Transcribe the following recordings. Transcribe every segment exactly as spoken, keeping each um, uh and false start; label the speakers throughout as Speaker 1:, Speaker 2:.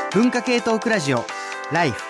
Speaker 1: 文化系トークラジオライフ。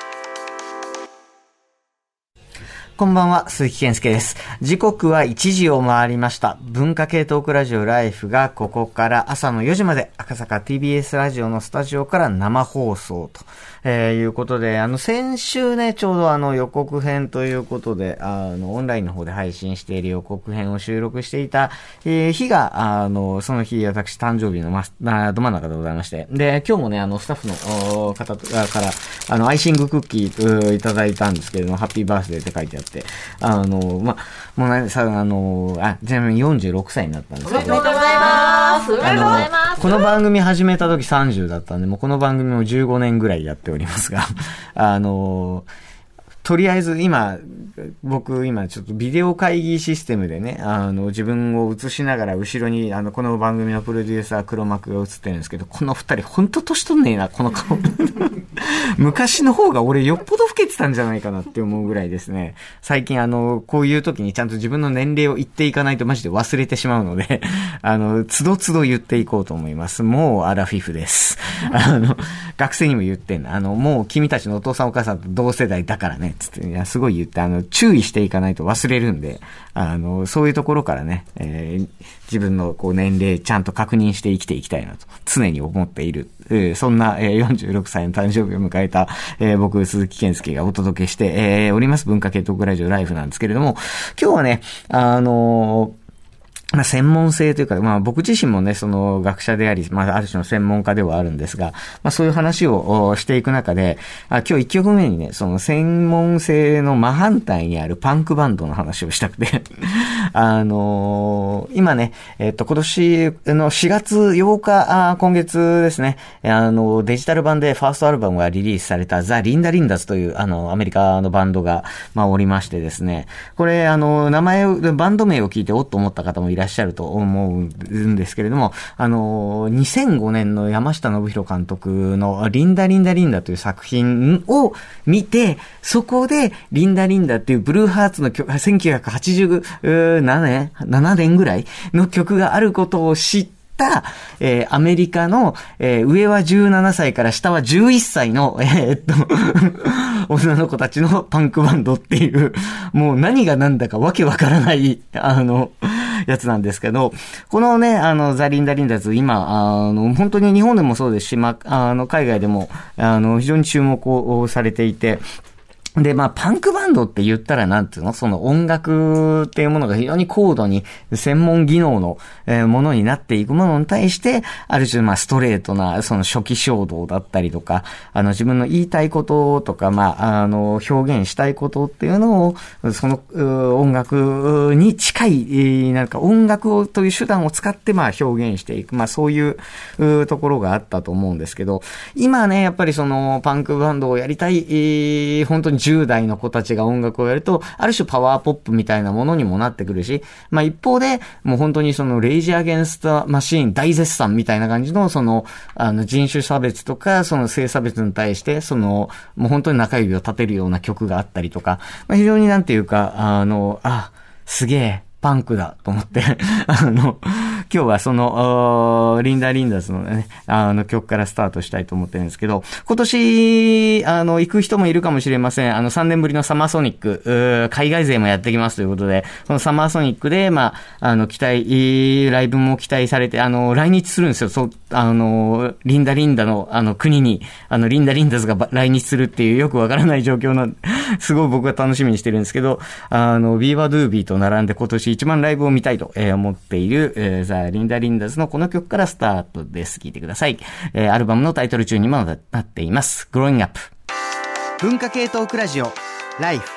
Speaker 1: こんばんは、鈴木健介です。時刻はいちじを回りました。文化系トークラジオライフがここから朝のよじまで赤坂 ティービーエス ラジオのスタジオから生放送と、えー、いうことで、あの先週ね、ちょうどあの予告編ということで、あのオンラインの方で配信している予告編を収録していた、えー、日が、あのその日私誕生日のまど真ん中でございまして、で今日もね、あのスタッフの方からあのアイシングクッキーいただいたんですけれども、ハッピーバースデーって書いてあって、あのまもうね、さあのあちなみによんじゅうろくさいになったんですけど、
Speaker 2: おめでとうございます。おめでとうございます。
Speaker 1: この番組始めた時さんじゅうだったんで、もうこの番組もじゅうごねんぐらいやっておりますが、あのとりあえず今、僕今ちょっとビデオ会議システムでね、あの自分を映しながら後ろにあのこの番組のプロデューサー黒幕が映ってるんですけど、この二人ほんと年取んねえな、この顔。昔の方が俺よっぽど老けてたんじゃないかなって思うぐらいですね。最近あの、こういう時にちゃんと自分の年齢を言っていかないとマジで忘れてしまうので、あの、つどつど言っていこうと思います。もうアラフィフです。あの、学生にも言ってんの。あの、もう君たちのお父さんお母さんと同世代だからね、つって、いや、すごい言って、あの、注意していかないと忘れるんで、あの、そういうところからね、えー、自分のこう年齢ちゃんと確認して生きていきたいなと常に思っている、えー、そんな、えー、よんじゅうろくさいの誕生日を迎えた、えー、僕鈴木健介がお届けして、えー、おります文化系トークラジオライフなんですけれども、今日はね、あのーまあ、専門性というか、まあ、僕自身もね、その学者であり、まあ、ある種の専門家ではあるんですが、まあ、そういう話をしていく中で、あ、今日一曲目にね、その専門性の真反対にあるパンクバンドの話をしたくて、あのー、今ね、えっと、今年のしがつようか、あ今月ですね、あの、デジタル版でファーストアルバムがリリースされたザ・リンダ・リンダズという、あの、アメリカのバンドが、まあ、おりましてですね、これ、あの、名前を、バンド名を聞いておっと思った方もいらっしゃると思うんですけれども、あの、にせんごねんの山下信弘監督のリンダ・リンダ・リンダという作品を見て、そこでリンダ・リンダっていうブルーハーツの曲、せんきゅうひゃくはちじゅうななねん、ななねんぐらいの曲があることを知って、えー、アメリカの、えー、上はじゅうななさいから下はじゅういっさいの、えー、っと女の子たちのパンクバンドっていう、もう何が何だかわけわからないあのやつなんですけど、このね、あのザ・リンダ・リンダズ、今あの本当に日本でもそうですし、まあの海外でもあの非常に注目をされていて、で、まあ、パンクバンドって言ったらなんていうの、その音楽っていうものが非常に高度に専門技能の、えー、ものになっていくものに対して、ある種、まあ、ストレートな、その初期衝動だったりとか、あの、自分の言いたいこととか、まあ、あの、表現したいことっていうのを、その、音楽に近い、なんか音楽をという手段を使って、まあ、表現していく。まあ、そういう、うところがあったと思うんですけど、今ね、やっぱりその、パンクバンドをやりたい、えー、本当にじゅう代の子たちが音楽をやると、ある種パワーポップみたいなものにもなってくるし、まあ一方で、もう本当にそのレイジアゲンストマシーン大絶賛みたいな感じの、その、あの人種差別とか、その性差別に対して、その、もう本当に中指を立てるような曲があったりとか、まあ非常になんていうか、あの、あ、すげえ、パンクだと思って、あの、今日はその、リンダ・リンダズのね、あの曲からスタートしたいと思ってるんですけど、今年、あの、行く人もいるかもしれません。あの、さんねんぶりのサマーソニック、海外勢もやってきますということで、そのサマーソニックで、まあ、あの、期待、ライブも期待されて、あの、来日するんですよ。そう、あの、リンダ・リンダの、あの、国に、あの、リンダ・リンダズが来日するっていうよくわからない状況の、すごい僕は楽しみにしてるんですけど、あの、ビーバードゥービーと並んで今年一番ライブを見たいと思っている、えー、ザ・リンダ・リンダズのこの曲からスタートです。聴いてください。えー、アルバムのタイトル中にもなっています。Growing Up。
Speaker 3: 文化系トークラジオライフ。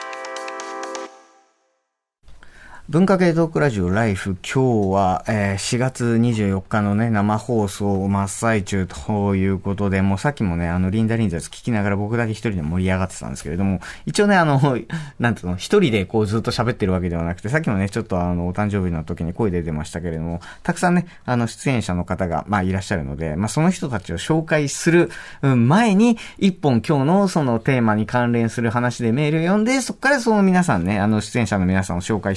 Speaker 1: 文化系トークラジオライフ、今日は、えー、しがつにじゅうよっかのね、生放送真っ最中ということで、もうさっきもね、あの、リンダ・リンダズ聞きながら僕だけ一人で盛り上がってたんですけれども、一応ね、あの、なんていうの、一人でこうずっと喋ってるわけではなくて、さっきもね、ちょっとあの、お誕生日の時に声出てましたけれども、たくさんね、あの、出演者の方が、まあ、いらっしゃるので、まあ、その人たちを紹介する前に、一本今日のそのテーマに関連する話でメールを読んで、そこからその皆さんね、あの、出演者の皆さんを紹介していこうと思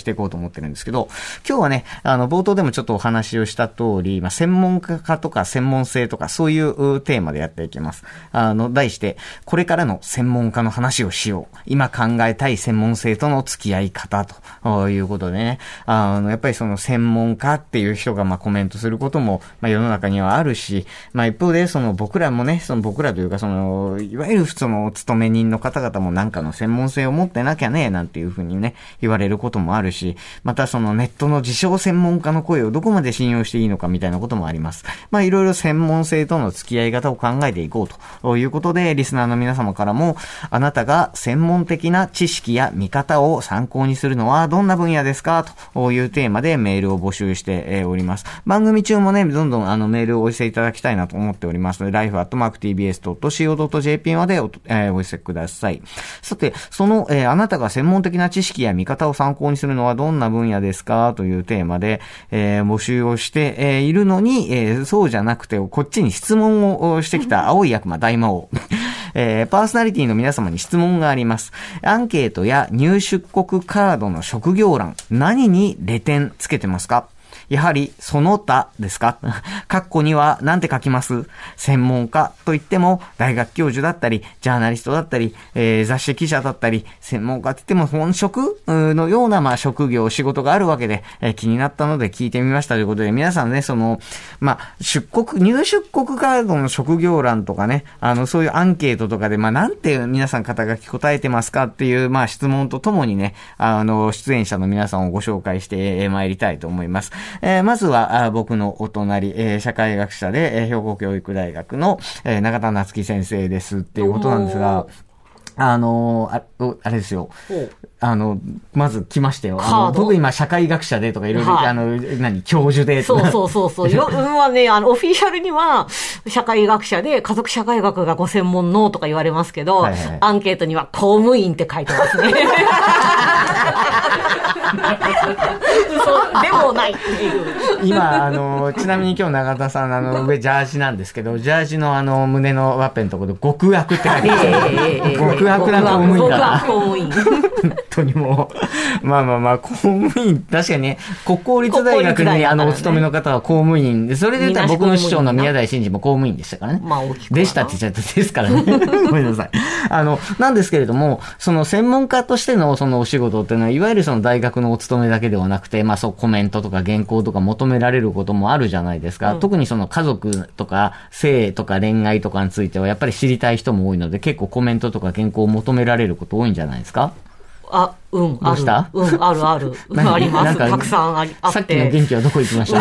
Speaker 1: 思ってるんですけど、今日はね、あの、冒頭でもちょっとお話をした通り、まあ、専門家とか専門性とかそういうテーマでやっていきます。あの、題して、これからの専門家の話をしよう。今考えたい専門性との付き合い方ということでね、あの、やっぱりその専門家っていう人がまあコメントすることも、まあ、世の中にはあるし、まあ、一方でその僕らもね、その僕らというかその、いわゆるその勤め人の方々もなんかの専門性を持ってなきゃね、なんていうふうにね、言われることもあるし、またそのネットの自称専門家の声をどこまで信用していいのかみたいなこともあります。まあ、いろいろ専門性との付き合い方を考えていこうということで、リスナーの皆様からも、あなたが専門的な知識や見方を参考にするのはどんな分野ですかというテーマでメールを募集しております。番組中もね、どんどんあのメールをお寄せいただきたいなと思っておりますので、ライフアットマークティービーエスドットシーオードットジェーピー まで お,、えー、お寄せください。さて、その、えー、あなたが専門的な知識や見方を参考にするのはどんな分野ですかというテーマで、えー、募集をして、えー、いるのに、えー、そうじゃなくて、こっちに質問をしてきた青い悪魔大魔王。えー、パーソナリティの皆様に質問があります。アンケートや入出国カードの職業欄、何にレ点つけてますか？やはりその他ですか？カッコには何て書きます？専門家と言っても大学教授だったりジャーナリストだったり、えー、雑誌記者だったり専門家って言っても本職のようなまあ職業仕事があるわけで、えー、気になったので聞いてみましたということで、皆さんね、そのまあ出国入出国カードの職業欄とかね、あのそういうアンケートとかでまあなんて皆さん肩書き答えてますかっていうまあ質問とともにね、あの出演者の皆さんをご紹介してまいりたいと思います。えー、まずは僕のお隣、えー、社会学者で、えー、兵庫教育大学の、えー、永田夏樹先生ですっていうことなんですが、あのー、あ、あれですよ。あの、まず来ましたよ。あの僕今社会学者でとかいろいろ、あの、何、教授でとか。
Speaker 2: そうそうそうそう。よ、まあね、あの、オフィシャルには、社会学者で家族社会学がご専門のとか言われますけど、はいはい、アンケートには公務員って書いてますね。嘘でもないっていう。
Speaker 1: 今、あの、ちなみに今日永田さん、あの、上ジャージなんですけど、ジャージのあの、胸のワッペンのところで極悪って書いてます。極悪な公務員だな。
Speaker 2: 公務員。
Speaker 1: 本当にもう、まあまあまあ、公務員、確かにね、国公立大学に、ね、あの、お勤めの方は公務員で、それで言ったら僕の師匠の宮台真司も公務員でしたからね。
Speaker 2: まあ大きく
Speaker 1: でしたって言っちゃったですからね。ごめんなさい。あの、なんですけれども、その専門家としてのそのお仕事っていうのは、いわゆるその大学のお勤めだけではなくて、まあそうコメントとか原稿とか求められることもあるじゃないですか。うん、特にその家族とか性とか恋愛とかについてはやっぱり知りたい人も多いので、結構コメントとか原稿を求められること多いんじゃないですか？
Speaker 2: あ、うん、
Speaker 1: どうした？
Speaker 2: うん、あるある。あります。たくさんあり、あって。
Speaker 1: さっきの元気はどこ行きました？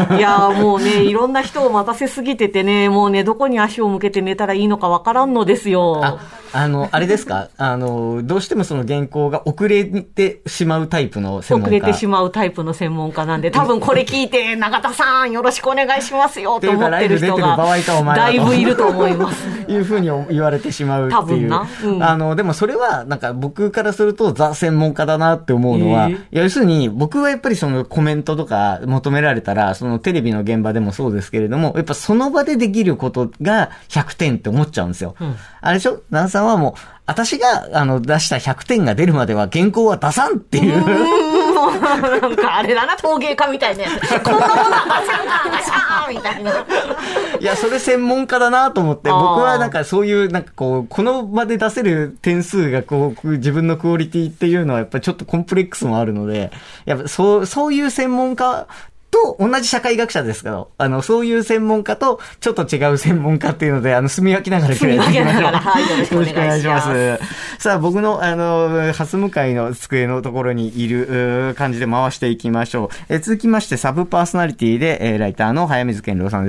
Speaker 2: いや、もうね、いろんな人を待たせすぎててね、もうね、どこに足を向けて寝たらいいのかわからんのですよ。
Speaker 1: あ、あの、あれですか？あの、どうしてもその原稿が遅れてしまうタイプの専門家。
Speaker 2: 遅れてしまうタイプの専門家なんで、多分これ聞いて、永田さんよろしくお願いしますよと思ってる人が、だいぶいると思います。
Speaker 1: いうふうに言われてしまうっていう。多分な。うん、あの、でもそれは、なんか僕からするとザ専門家だなって思うのは、えー、要するに僕はやっぱりそのコメントとか求められたら、そのテレビの現場でもそうですけれども、やっぱその場でできることがひゃくてんって思っちゃうんですよ。うん、あれでしょ？ナンさんはもう、私があの出したひゃくてんが出るまでは原稿は出さんっていう。う
Speaker 2: ーんなんかあれだな、陶芸家みたいなやつ。こんなものは出せんな、ガシャーンみたいな。
Speaker 1: いや、それ専門家だなと思って、僕はなんかそういう、なんかこう、この場で出せる点数がこう、自分のクオリティっていうのはやっぱりちょっとコンプレックスもあるので、やっぱそう、そういう専門家、と同じ社会学者ですけど、あの、そういう専門家とちょっと違う専門家っていうので、あの、住み分けながら
Speaker 2: 住み分けながら、はい、よろしくお願いします。
Speaker 1: さあ、僕の、あの、初向かいの机のところにいる感じで回していきましょう。え続きまして、サブパーソナリティで、えライターの早水健郎さんです。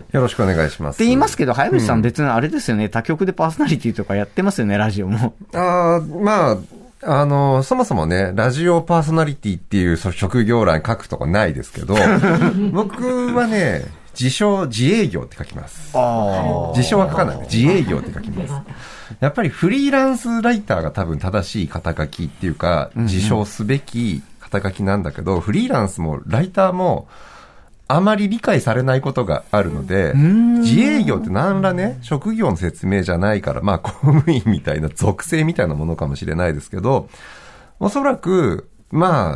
Speaker 4: よろしくお願いします。
Speaker 1: って言いますけど、早水さん別にあれですよね、うん、他局でパーソナリティとかやってますよね、ラジオも。
Speaker 4: ああ、まあ、あの、そもそもね、ラジオパーソナリティっていう職業欄書くとこないですけど、僕はね、自称自営業って書きます。あ自称は書かないで、自営業って書きます。やっぱりフリーランスライターが多分正しい肩書きっていうか、自称すべき肩書きなんだけど、フリーランスもライターも、あまり理解されないことがあるので、自営業って何らね、職業の説明じゃないから、まあ公務員みたいな属性みたいなものかもしれないですけど、おそらく、まあ、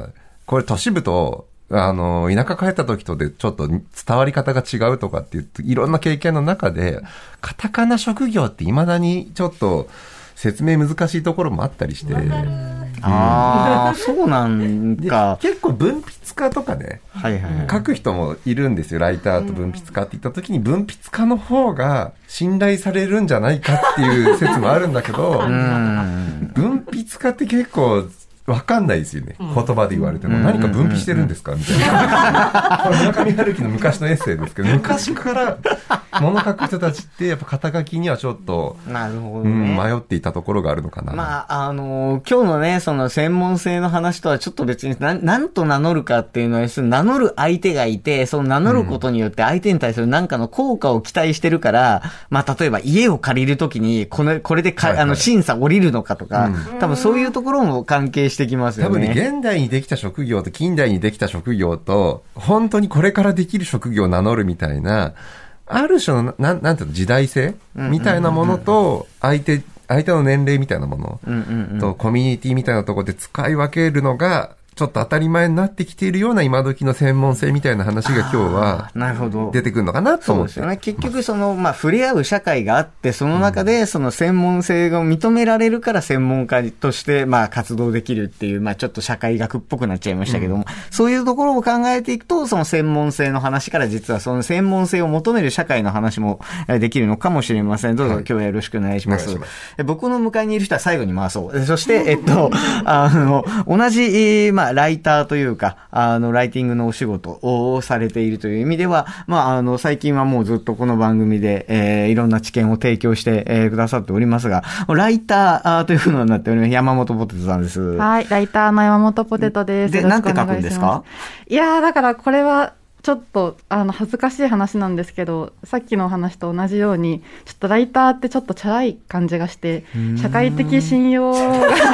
Speaker 4: これ都市部と、あの、田舎帰った時とでちょっと伝わり方が違うとかって言って、いろんな経験の中で、カタカナ職業って未だにちょっと説明難しいところもあったりして。
Speaker 1: ああ、そうなんか。
Speaker 4: 結構文筆家とかね、はいはいはい、書く人もいるんですよ。ライターと文筆家って言った時に、文筆家の方が信頼されるんじゃないかっていう説もあるんだけど、うん文筆家って結構わかんないですよね。言葉で言われても。何か分泌してるんですかみたいな。これ村上春樹の昔のエッセイですけど、昔から物書く人たちってやっぱ肩書きにはちょっと、
Speaker 1: なるほどね、
Speaker 4: うん、迷っていたところがあるのかな。
Speaker 1: まあ、あのー、今日のね、その専門性の話とはちょっと別に、な、なんと名乗るかっていうのは、名乗る相手がいて、その名乗ることによって相手に対する何かの効果を期待してるから、まあ、例えば家を借りるときに、この、これでか、はいはい、あの、審査降りるのかとか、うん、多分そういうところも関係してきますよね。
Speaker 4: 多分ね、現代にできた職業と近代にできた職業と、本当にこれからできる職業を名乗るみたいな、ある種の、なん、なんていうの、時代性みたいなものと、相手、相手の年齢みたいなものと、コミュニティみたいなところで使い分けるのが、ちょっと当たり前になってきているような今時の専門性みたいな話が今日は
Speaker 1: なるほど
Speaker 4: 出てくるのかなと思って。
Speaker 1: そうですよね。結局その、まあ、触れ合う社会があって、その中でその専門性が認められるから専門家として、まあ、活動できるっていう、まあ、ちょっと社会学っぽくなっちゃいましたけども、うん、そういうところを考えていくと、その専門性の話から実はその専門性を求める社会の話もできるのかもしれません。どうぞ今日はよろしくお願いします。はい、ます僕の向かいにいる人は最後に回そう。そして、えっと、あの、同じ、まあ、ライターというというか、あの、ライティングのお仕事をされているという意味では、まあ、あの、最近はもうずっとこの番組で、えー、いろんな知見を提供して、えー、くださっておりますが、ライターというのになっております。山本ポテトさんです。
Speaker 5: はい、ライターの山本ポテトです。
Speaker 1: で、なんて書くんですか？
Speaker 5: いやー、だからこれは、ちょっとあの恥ずかしい話なんですけど、さっきのお話と同じようにちょっとライターってちょっとチャラい感じがして、社会的信用が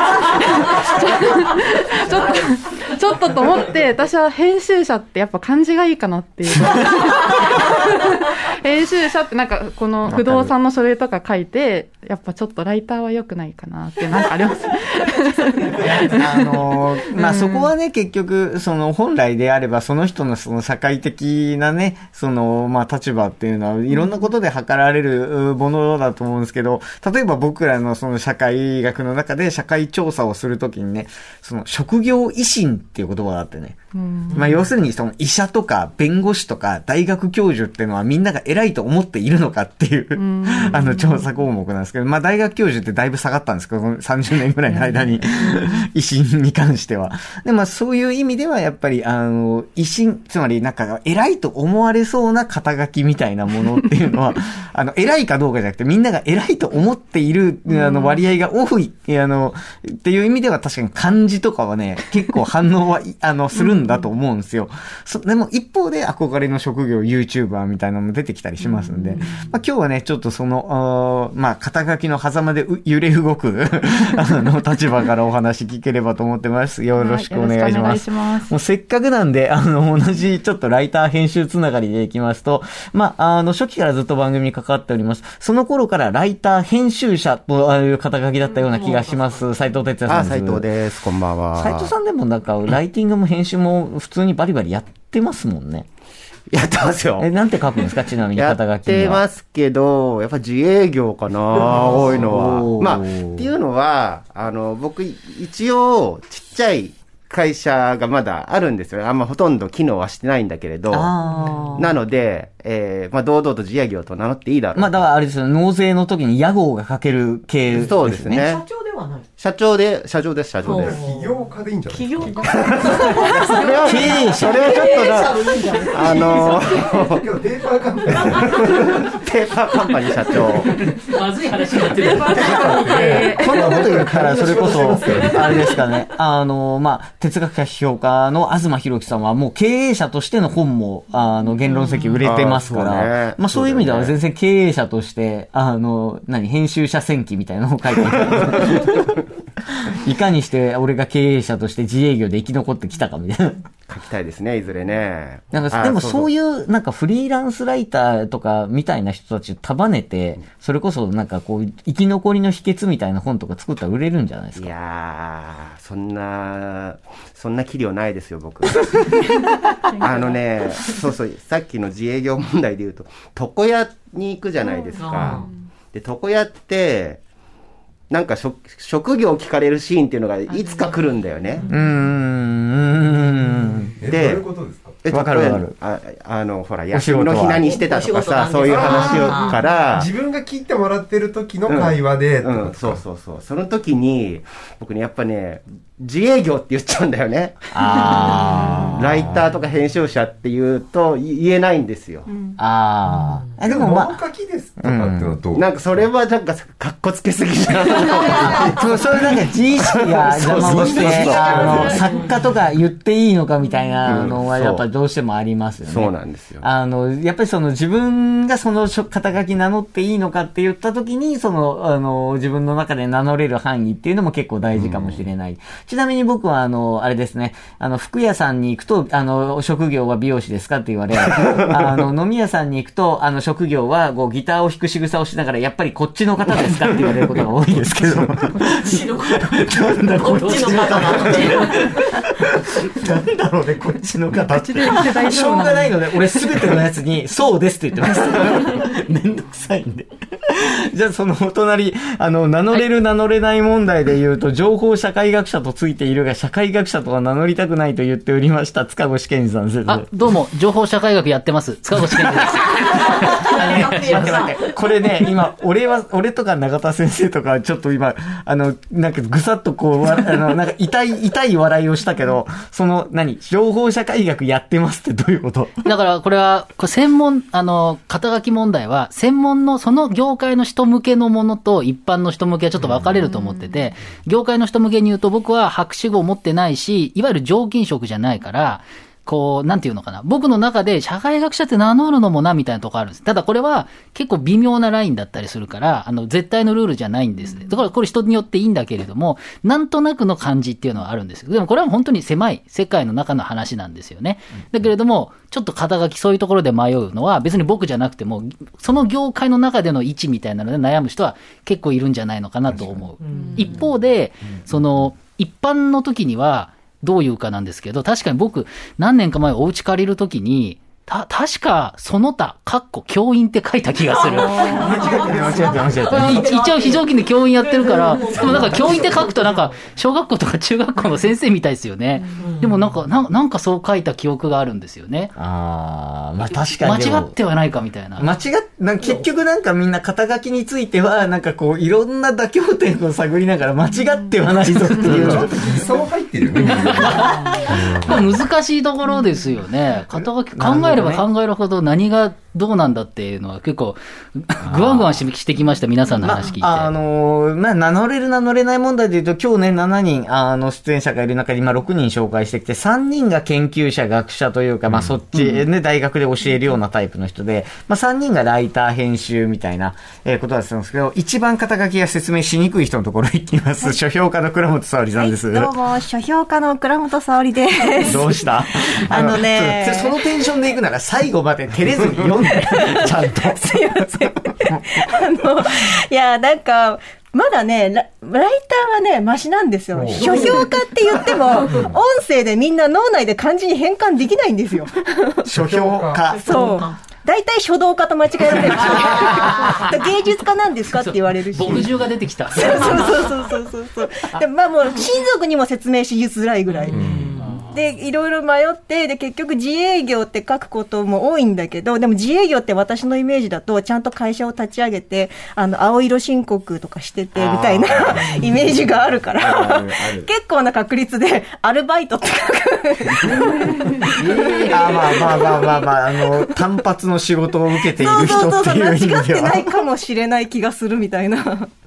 Speaker 5: ちょっとちょっとと思って、私は編集者ってやっぱ漢字がいいかなっていう編集者ってなんかこの不動産の書類とか書いて、やっぱちょっとライターは良くないかなってなんかあります
Speaker 1: あのまあそこはね、結局その本来であればその人のその社会的なね、その、まあ、立場っていうのは、いろんなことで測られるものだと思うんですけど、例えば僕らのその社会学の中で社会調査をするときにね、その職業維新っていう言葉があってね、まあ、要するにその医者とか弁護士とか大学教授っていうのはみんなが偉いと思っているのかっていうあの調査項目なんですけど、まあ、大学教授ってだいぶ下がったんですけど、さんじゅうねんぐらいの間に維新に関しては。で、まあ、そういう意味ではやっぱり、あの、維新、つまりなんか偉いと思われそうな肩書きみたいなものっていうのは、あの、偉いかどうかじゃなくてみんなが偉いと思っている、あの、割合が多い、あの、っていう意味では確かに漢字とかはね、結構反応は、あの、するんだと思うんですよ。そでも一方で憧れの職業 YouTuber みたいなのも出てきたりしますんで、まあ、今日はねちょっとそのまあ肩書きの狭間で揺れ動くあの立場からお話聞ければと思ってます。よろしくお願いします。はい、ます。もうせっかくなんであの同じちょっとライター編集つながりでいきますと、まああの初期からずっと番組に関わっております。その頃からライター編集者という肩書きだったような気がします。斉藤哲也さんです。
Speaker 6: あ、斉藤です。こんばんは。
Speaker 1: 斉藤さんでもなんかライティングも編集も普通にバリバリやってますもんね。
Speaker 6: やってますよ。
Speaker 1: え、なんて書くんですか、ちなみに肩書きには。
Speaker 6: やってますけど、やっぱ自営業かな、多いのは。まあ、っていうのは、あの、僕、一応、ちっちゃい会社がまだあるんですよ。あんまほとんど機能はしてないんだけれど。なので、えー、まあ、堂々と自営業と名乗っていいだろう。
Speaker 1: まあ、だからあれですよ、納税の時に屋号が書ける系ですね。
Speaker 6: そうですね。
Speaker 2: 社長ではない。
Speaker 6: 社長で、社長です、社長です。
Speaker 4: 起業家でいいんじゃないですか。起業家
Speaker 6: それは、経営者。それはちょっとな、あの
Speaker 4: ー、ペーパーカンパニー。
Speaker 6: ペーパーカンパニー社長。
Speaker 2: まずい話になってる。
Speaker 1: こんなこと言ったら、それこそ、あれですかね、あの、まあ、哲学者批評家の東博樹さんはもう経営者としての本も、あの、言論席売れてますから、そうね、まあそういう意味では全然経営者として、あの、何、編集者戦記みたいなのを書いていかにして俺が経営者として自営業で生き残ってきたかみたいな。
Speaker 6: 書きたいですね、いずれね。
Speaker 1: なんか、でもそういう、なんかフリーランスライターとかみたいな人たちを束ねて、それこそなんかこう、生き残りの秘訣みたいな本とか作ったら売れるんじゃないですか。
Speaker 6: いやー、そんな、そんな器量ないですよ、僕。あのね、そうそう、さっきの自営業問題で言うと、床屋に行くじゃないですか。で、床屋って、なんか職、職業聞かれるシーンっていうのがいつか来るんだよね。
Speaker 1: うーん。
Speaker 4: え、どういうことですか？
Speaker 6: え、
Speaker 1: わかるわかる。
Speaker 6: あ、あの、ほら、休みの日何してたとかさ、そういう話をから。
Speaker 4: 自分が聞いてもらってる時の会話で、
Speaker 6: うん、うん、そうそうそう。その時に、僕ね、やっぱね、自営業って言っちゃうんだよね。
Speaker 1: あ
Speaker 6: ライターとか編集者って言うと言えないんですよ。
Speaker 5: うん、
Speaker 1: ああ。
Speaker 4: でも、物書きですとかっていうのはどう、
Speaker 6: うん、なんかそれはなんか、かっこつけすぎじゃん。
Speaker 1: そう、それなんか自意識が邪魔をして、あの、作家とか言っていいのかみたいなのはやっぱりどうしてもありますよね。
Speaker 6: そうなんですよ。
Speaker 1: あの、やっぱりその自分がその肩書き名乗っていいのかって言った時に、その、あの、自分の中で名乗れる範囲っていうのも結構大事かもしれない。うん、ちなみに僕はあの、あれですね、あの、服屋さんに行くと、あの、職業は美容師ですかって言われ、あの、飲み屋さんに行くと、あの、職業は、こう、ギターを弾く仕草をしながら、やっぱりこっちの方ですかって言われることが多いですけど。こっちの方なんだ、こっちの方なんだろうね、こっちの方って。しょうがないので、俺すべてのやつに、そうですって言ってます。めんどくさいんで。じゃあそのお隣、あの、名乗れる名乗れない問題で言うと、情報社会学者とついているが、社会学者とは名乗りたくないと言っておりました、塚越健二さんです。
Speaker 7: あ、どうも、情報社会学やってます、塚越健二です。
Speaker 1: 待って待って、これね、今、俺は、俺とか永田先生とか、ちょっと今、あの、なんかぐさっとこう、あの、なんか痛い、痛い笑いをしたけど、その、何、情報社会学やってますってどういうこと？
Speaker 7: だから、これは、これ専門、あの、肩書き問題は、専門の、その業界の人向けのものと一般の人向けはちょっと分かれると思ってて、業界の人向けに言うと、僕は博士号を持ってないし、いわゆる常勤職じゃないから、こう、なんていうのかな。僕の中で社会学者って名乗るのもな、みたいなとこあるんです。ただこれは結構微妙なラインだったりするから、あの、絶対のルールじゃないんです。だからこれ人によっていいんだけれども、なんとなくの感じっていうのはあるんですけど、でもこれは本当に狭い世界の中の話なんですよね。だけれども、ちょっと肩書きそういうところで迷うのは別に僕じゃなくても、その業界の中での位置みたいなので悩む人は結構いるんじゃないのかなと思う。一方で、その、一般の時には、どういうかなんですけど、確かに僕、何年か前お家借りるときに、た、確か、その他、かっこ教員って書いた気がする。間
Speaker 1: 違ってる、間違ってる、間違ってる。
Speaker 7: 一応非常勤で教員やってるから、でもなんか教員って書くとなんか、小学校とか中学校の先生みたいですよね。でもなんか、な、なんかそう書いた記憶があるんですよね。
Speaker 1: ああ、まあ確かに。
Speaker 7: 間違ってはないかみたいな。
Speaker 1: 間違っ、なんか結局なんかみんな肩書きについては、なんかこう、いろんな妥協点を探りながら間違ってはないぞっていう。
Speaker 4: そう入ってるよね。
Speaker 7: 難しいところですよね。肩書き考えれば考えるほど何がどうなんだっていうのは結構ぐわんぐわんしてきました、皆さんの話聞いて。
Speaker 1: まあ、あのー、まあ、名乗れる名乗れない問題で言うと、今日ね、しちにん、あの、出演者がいる中で今ろくにん紹介してきて、さんにんが研究者、学者というか、まあ、そっちね、うん、大学で教えるようなタイプの人で、まあ、さんにんがライター、編集みたいな、えー、ことだったんですけど、一番肩書きが説明しにくい人のところ行きます。はい、書評家の倉本沙織さんです。
Speaker 8: はい、どうも、書評家の倉本沙織です。
Speaker 1: どうした
Speaker 8: あのね
Speaker 1: そ、そのテンションで行くなら最後まで照れずに読んで、ちゃんと。
Speaker 8: すいません。あの、いや、なんか、まだね、ラ、ライターはね、マシなんですよ。書評家って言っても、音声でみんな脳内で漢字に変換できないんですよ。
Speaker 1: 書評家。
Speaker 8: そう。大体書道家と間違えられるし、芸術家なんですかって言われるし。
Speaker 7: 墨汁が出てきた。
Speaker 8: そうそうそうそうそうそう。でまあもう親族にも説明しづらいぐらい。で、いろいろ迷って、で、結局自営業って書くことも多いんだけど、でも自営業って私のイメージだと、ちゃんと会社を立ち上げて、あの、青色申告とかしてて、みたいなイメージがあるから、結構な確率で、アルバイトって書く。
Speaker 1: あまあまあまあまあまあ、あの、単発の仕事を受けている人っていう意味では。
Speaker 8: そうそうそう、間違ってないかもしれない気がするみたいな。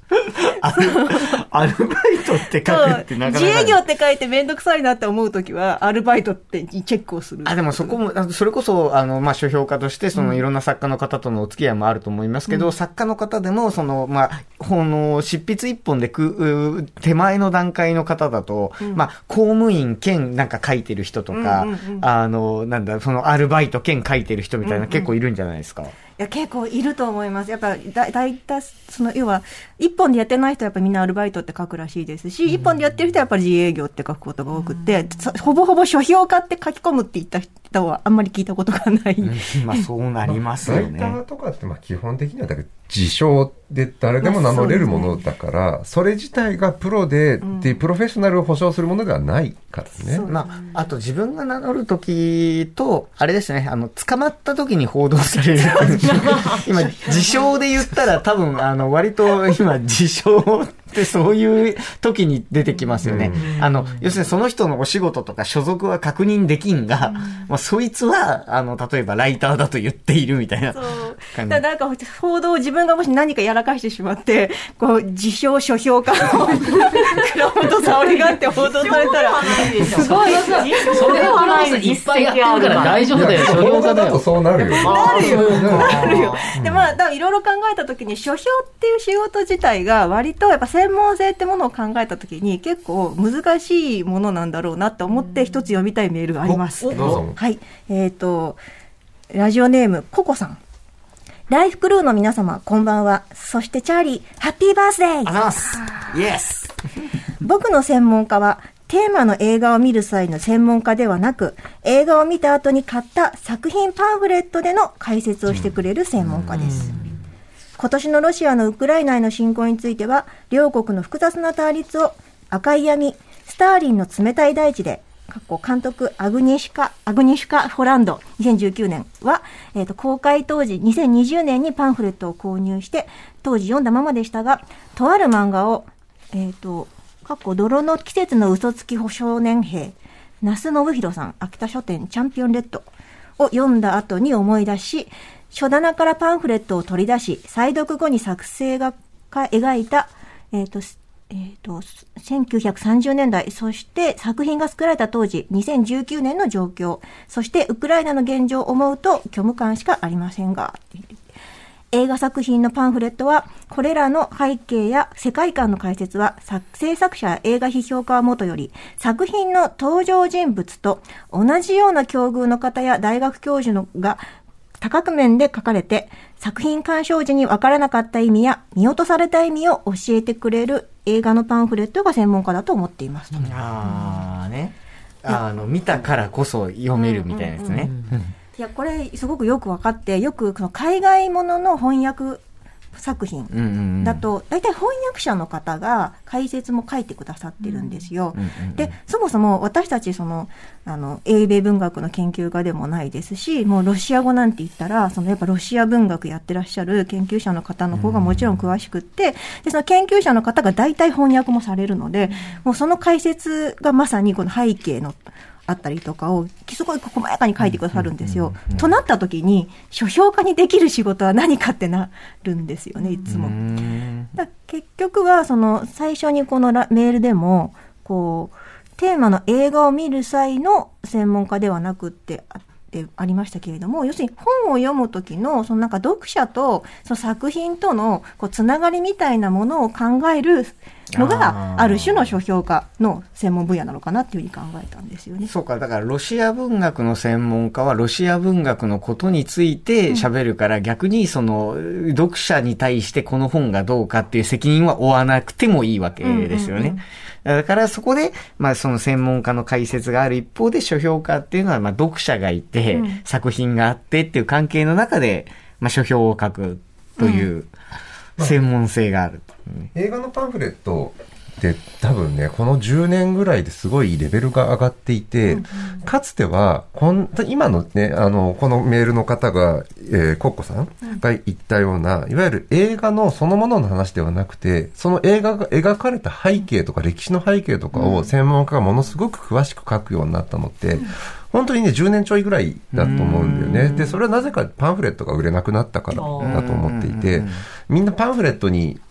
Speaker 1: アルアルバイトって書くってなかなか。
Speaker 8: 自営業って書いてめんどくさいなって思うときは、アルバイトってチェックをする。
Speaker 1: あ、でもそこも、それこそ、あの、まあ、書評家として、その、いろんな作家の方とのお付き合いもあると思いますけど、うん、作家の方でも、その、まあ、この、執筆一本でく、手前の段階の方だと、うん、まあ、公務員兼なんか書いてる人とか、うんうんうん、あの、なんだ、その、アルバイト兼書いてる人みたいな、結構いるんじゃないですか。
Speaker 8: いや結構いると思います。やっぱだだいたいその要は一本でやってない人はやっぱみんなアルバイトって書くらしいですし、うん、一本でやってる人はやっぱり自営業って書くことが多くて、うん、ほぼほぼ書評家って書き込むって言った人はあんまり聞いたことがない。
Speaker 1: うん、まあそうなりますよね。
Speaker 4: ライターとかってまあ基本的にはだけど自称で誰でも名乗れるものだから、まあ そ, ね、それ自体がプロで、うん、でプロフェッショナルを保証するものではないからね。
Speaker 1: まああと自分が名乗るときとあれですね、あの捕まったときに報道される今自称で言ったら多分あの割と今自称ってそういう時に出てきますよね。うん、あの要するにその人のお仕事とか所属は確認できんが、うん、まあそいつはあの例えばライターだと言っているみたいな感じ。
Speaker 8: そうだなんか報道を自分がもし何かやらかしてしまってこう自称書評家の倉本沙織がって報道されたら
Speaker 7: すごいそれはないいっぱいやってるから大丈夫だよ。書評家だよ。
Speaker 4: そうなるよ。
Speaker 8: なるよ。なるよ。でまあいろいろ考えたときに書評っていう仕事自体が割とやっぱ専門性ってものを考えたときに結構難しいものなんだろうなって思って一つ読みたいメールがあります。はい。えっとラジオネームココさん。ライフクルーの皆様こんばんは。そしてチャーリーハッピーバースデー。ありがとうござい
Speaker 1: ます。イエス。
Speaker 8: 僕の専門家はテーマの映画を見る際の専門家ではなく、映画を見た後に買った作品パンフレットでの解説をしてくれる専門家です。今年のロシアのウクライナへの侵攻については、両国の複雑な対立を赤い闇、スターリンの冷たい大地で、監督アグニシカ、アグニシカ・ホランドにせんじゅうきゅうねんは、えーと、公開当時にせんにじゅうねんにパンフレットを購入して、当時読んだままでしたが、とある漫画を、えっと、かっこ泥の季節の嘘つき少年兵、那須信弘さん、秋田書店チャンピオンレッドを読んだ後に思い出し、書棚からパンフレットを取り出し、再読後に作成が描いた、えっと、えっと、せんきゅうひゃくさんじゅうねんだい、そして作品が作られた当時、にせんじゅうきゅうねんの状況、そしてウクライナの現状を思うと虚無感しかありませんが、映画作品のパンフレットは、これらの背景や世界観の解説は、制作者や映画批評家はもとより、作品の登場人物と同じような境遇の方や大学教授のが多角面で書かれて、作品鑑賞時に分からなかった意味や見落とされた意味を教えてくれる映画のパンフレットが専門家だと思っています。
Speaker 1: ああね。あの、見たからこそ読めるみたいなですね。
Speaker 8: いやこれすごくよく分かって、よくその海外ものの翻訳作品だと大体翻訳者の方が解説も書いてくださってるんですよ。でそもそも私たちそのあの英米文学の研究家でもないですし、もうロシア語なんて言ったらそのやっぱロシア文学やってらっしゃる研究者の方の方がもちろん詳しくって、でその研究者の方が大体翻訳もされるので、もうその解説がまさにこの背景のあったりとかをすごい細やかに書いてくださるんですよ。となった時に書評家にできる仕事は何かってなるんですよね、いつも。だ結局はその最初にこのメールでもこうテーマの映画を見る際の専門家ではなくってあってありましたけれども、要するに本を読む時のそのなんか読者とその作品とのこうつながりみたいなものを考えるのがある種の書評家の専門分野なのかなっていうふうに考えたんですよね。
Speaker 1: そうか、だからロシア文学の専門家はロシア文学のことについて喋るから、うん、逆にその読者に対してこの本がどうかっていう責任は負わなくてもいいわけですよね。うんうんうん、だからそこで、まあその専門家の解説がある一方で書評家っていうのはまあ読者がいて、うん、作品があってっていう関係の中で、まあ書評を書くという専門性がある。
Speaker 4: うん、映画のパンフレットで多分ね、このじゅうねんぐらいですごいレベルが上がっていて、うんうん、かつてはこん今のね、あのこのメールの方が、えー、コッコさんが言ったような、いわゆる映画のそのものの話ではなくて、その映画が描かれた背景とか歴史の背景とかを専門家がものすごく詳しく書くようになったのって、うん、本当にねじゅうねんちょいぐらいだと思うんだよね。でそれはなぜかパンフレットが売れなくなったからだと思っていて、みんなパンフレットに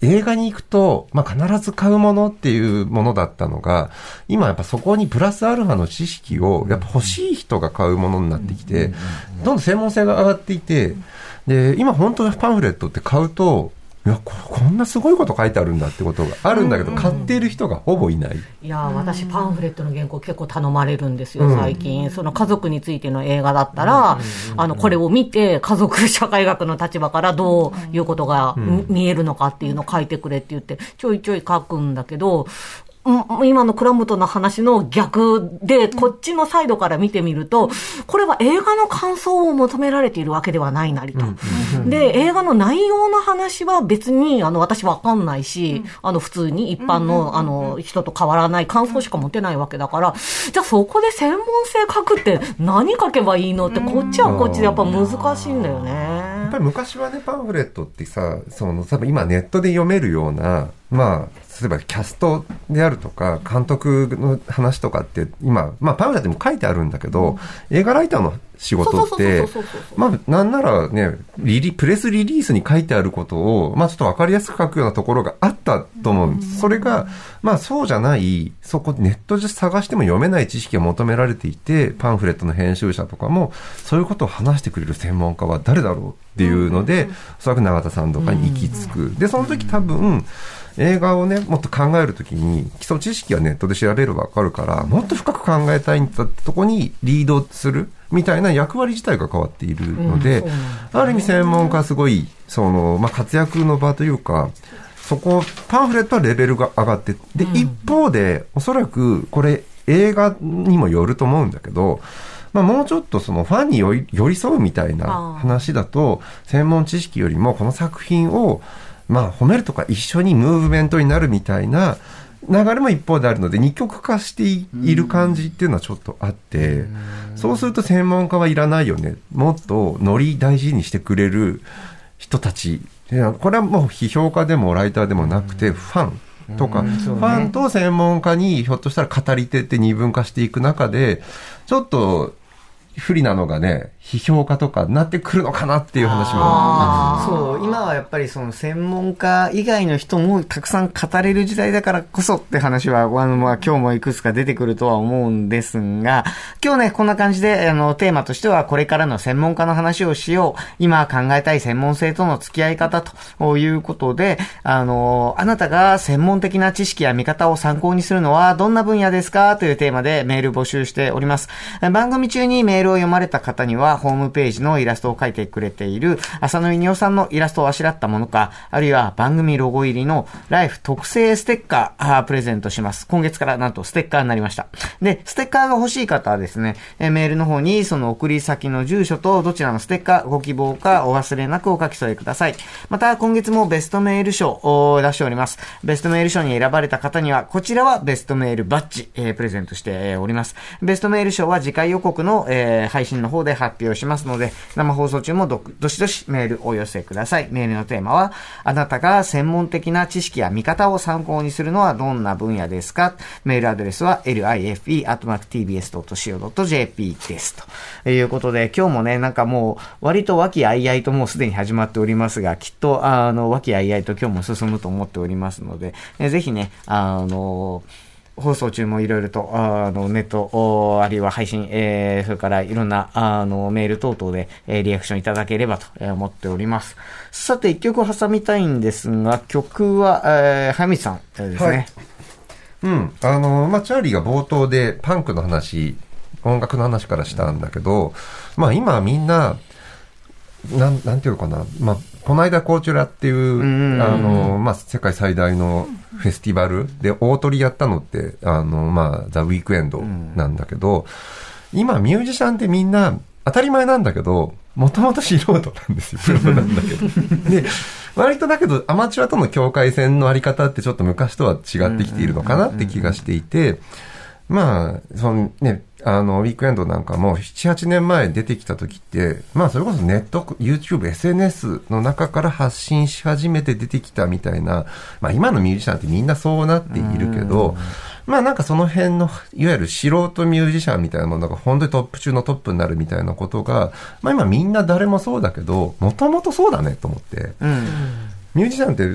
Speaker 4: 映画に行くと、まあ、必ず買うものっていうものだったのが、今やっぱそこにプラスアルファの知識を、やっぱ欲しい人が買うものになってきて、どんどん専門性が上がっていて、で、今本当にパンフレットって買うと、いや こ, こんなすごいこと書いてあるんだってことがあるんだけど、うんうん、買っている人がほぼいない。
Speaker 2: いや私パンフレットの原稿結構頼まれるんですよ最近、うん、その家族についての映画だったら、うんうんうん、あのこれを見て家族社会学の立場からどういうことが、うん、見えるのかっていうのを書いてくれって言ってちょいちょい書くんだけど、今の倉本の話の逆で、こっちのサイドから見てみると、これは映画の感想を求められているわけではないなりと。で、映画の内容の話は別に、あの、私わかんないし、あの、普通に一般の、あの、人と変わらない感想しか持てないわけだから、じゃあそこで専門性書くって何書けばいいのって、こっちはこっちでやっぱ難しいんだよね。
Speaker 4: やっぱり昔はね、パンフレットってさ、その、多分今ネットで読めるような、まあ、例えばキャストであるとか監督の話とかって今、まあ、パンフレットにも書いてあるんだけど、うん、映画ライターの仕事ってまあなんならねリリプレスリリースに書いてあることを、まあ、ちょっと分かりやすく書くようなところがあったと思うんです、うん、それが、まあ、そうじゃないそこネットで探しても読めない知識が求められていてパンフレットの編集者とかもそういうことを話してくれる専門家は誰だろうっていうので、うん、おそらく永田さんとかに行き着く、うん、でその時多分映画をねもっと考えるときに基礎知識はネットで調べればわかるからもっと深く考えたいんだってとこにリードするみたいな役割自体が変わっているので、うん、ある意味専門家はすごいその、まあ、活躍の場というかそこパンフレットはレベルが上がってで、うん、一方でおそらくこれ映画にもよると思うんだけどまあ、もうちょっとそのファンに寄り添うみたいな話だと専門知識よりもこの作品をまあ褒めるとか一緒にムーブメントになるみたいな流れも一方であるので二極化している感じっていうのはちょっとあってそうすると専門家はいらないよねもっとノリ大事にしてくれる人たちこれはもう批評家でもライターでもなくてファンとか、うんね、ファンと専門家にひょっとしたら語り手って二分化していく中でちょっと不利なのがね批評家とかなってくるのかなっていう話も
Speaker 1: そう今はやっぱりその専門家以外の人もたくさん語れる時代だからこそって話はあの、まあ、今日もいくつか出てくるとは思うんですが今日ねこんな感じであのテーマとしてはこれからの専門家の話をしよう今考えたい専門性との付き合い方ということであのあなたが専門的な知識や見方を参考にするのはどんな分野ですかというテーマでメール募集しております番組中にメールを読まれた方にはホームページのイラストを描いてくれている浅野稲夫さんのイラストをあしらったものかあるいは番組ロゴ入りのライフ特製ステッカープレゼントします今月からなんとステッカーになりましたでステッカーが欲しい方はですねメールの方にその送り先の住所とどちらのステッカーご希望かお忘れなくお書き添えくださいまた今月もベストメール賞を出しておりますベストメール賞に選ばれた方にはこちらはベストメールバッジ、えー、プレゼントしておりますベストメール賞は次回予告の、えー、配信の方で発表しますので生放送中も ど, どしどしメールをお寄せくださいメールのテーマはあなたが専門的な知識や見方を参考にするのはどんな分野ですかメールアドレスは エルアイエフイー アットマーク ティービーエス ドット シーオー ドット ジェーピー ですということで今日もねなんかもう割と和気あいあいともうすでに始まっておりますがきっとあの和気あいあいと今日も進むと思っておりますのでえぜひねあの放送中もいろいろとあのネットあるいは配信、えー、それからいろんなあのメール等々で、えー、リアクションいただければと思っておりますさて一曲挟みたいんですが曲は、えー、早見さんですね、はい、
Speaker 4: うんあのまあチャーリーが冒頭でパンクの話音楽の話からしたんだけどまあ今みんななん、なんていうのかなまあこの間コーチュラっていう、あの、まあ、世界最大のフェスティバルで大トリやったのって、あの、まあ、ザ・ウィークエンドなんだけど、今ミュージシャンってみんな当たり前なんだけど、もともと素人なんですよ。プロなんだけど。で、割とだけどアマチュアとの境界線のあり方ってちょっと昔とは違ってきているのかなって気がしていて、まあ、そのね、あの、ウィークエンドなんかもなな、はちねんまえ出てきた時って、まあそれこそネット、YouTube、エスエヌエス の中から発信し始めて出てきたみたいな、まあ今のミュージシャンってみんなそうなっているけど、まあなんかその辺の、いわゆる素人ミュージシャンみたいなものが本当にトップ中のトップになるみたいなことが、まあ今みんな誰もそうだけど、もともとそうだねと思って、うん、ミュージシャンって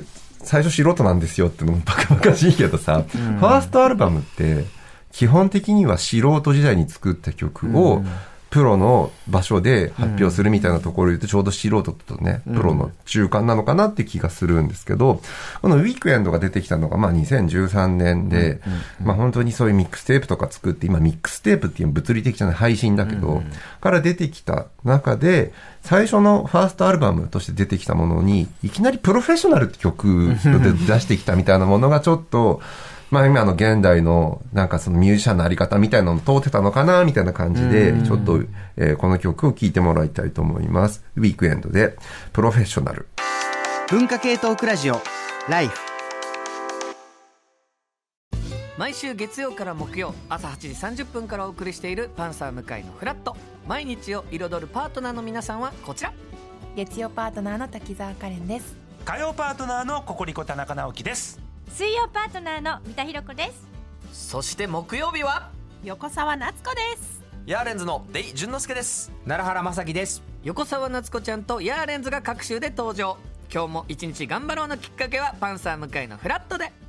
Speaker 4: 最初素人なんですよってのもバカバカしいけどさ、うん、ファーストアルバムって基本的には素人時代に作った曲を、うん、プロの場所で発表するみたいなところを言うとちょうど素人とね、プロの中間なのかなって気がするんですけど、このウィークエンドが出てきたのがまあにせんじゅうさんねんで、まあ本当にそういうミックステープとか作って、今ミックステープっていう物理的じゃない配信だけど、から出てきた中で、最初のファーストアルバムとして出てきたものに、いきなりプロフェッショナルって曲で出してきたみたいなものがちょっと、まあ今の現代のなんかそのミュージシャンのあり方みたいなの通ってたのかなみたいな感じで、ちょっと、えー、この曲を聴いてもらいたいと思います。ウィークエンドでプロフェッショナル。
Speaker 3: 文化系トークラジオライフ。
Speaker 9: 毎週月曜から木曜朝はちじさんじゅっぷんからお送りしているパンサー向井のフラット。毎日を彩るパートナーの皆さんはこちら。
Speaker 10: 月曜パートナーの滝沢カレンです。
Speaker 11: 火曜パートナーのココリコ田中直樹です。
Speaker 12: 水曜パートナーの三田寛子です。
Speaker 9: そして木曜日は
Speaker 12: 横澤夏子です。
Speaker 13: ヤーレンズのデイ淳之介です。
Speaker 14: 奈良原正樹です。
Speaker 9: 横澤夏子ちゃんとヤーレンズが各週で登場。今日も一日頑張ろうのきっかけはパンサー向井のフラットで。